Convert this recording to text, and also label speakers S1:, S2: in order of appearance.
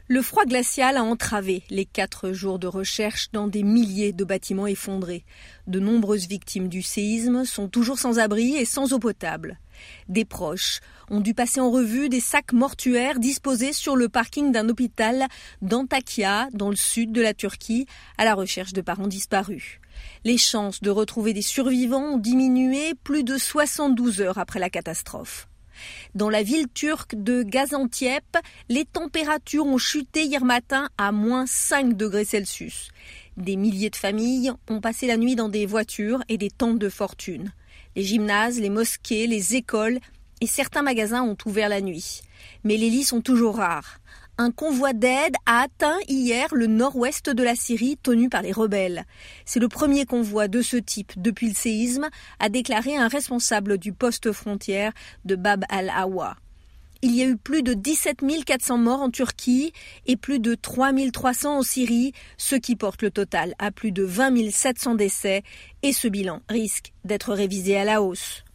S1: Le froid glacial a entravé les 4 jours de recherche dans des milliers de bâtiments effondrés. De nombreuses victimes du séisme sont toujours sans abri et sans eau potable. Des proches ont dû passer en revue des sacs mortuaires disposés sur le parking d'un hôpital d'Antakya, dans le sud de la Turquie, à la recherche de parents disparus. Les chances de retrouver des survivants ont diminué plus de 72 heures après la catastrophe. Dans la ville turque de Gaziantep, les températures ont chuté hier matin à moins 5 degrés Celsius. Des milliers de familles ont passé la nuit dans des voitures et des tentes de fortune. Les gymnases, les mosquées, les écoles et certains magasins ont ouvert la nuit. Mais les lits sont toujours rares. Un convoi d'aide a atteint hier le nord-ouest de la Syrie tenu par les rebelles. C'est le premier convoi de ce type depuis le séisme, a déclaré un responsable du poste frontière de Bab al-Awa. Il y a eu plus de 17 400 morts en Turquie et plus de 3 300 en Syrie, ce qui porte le total à plus de 20 700 décès, et ce bilan risque d'être révisé à la hausse.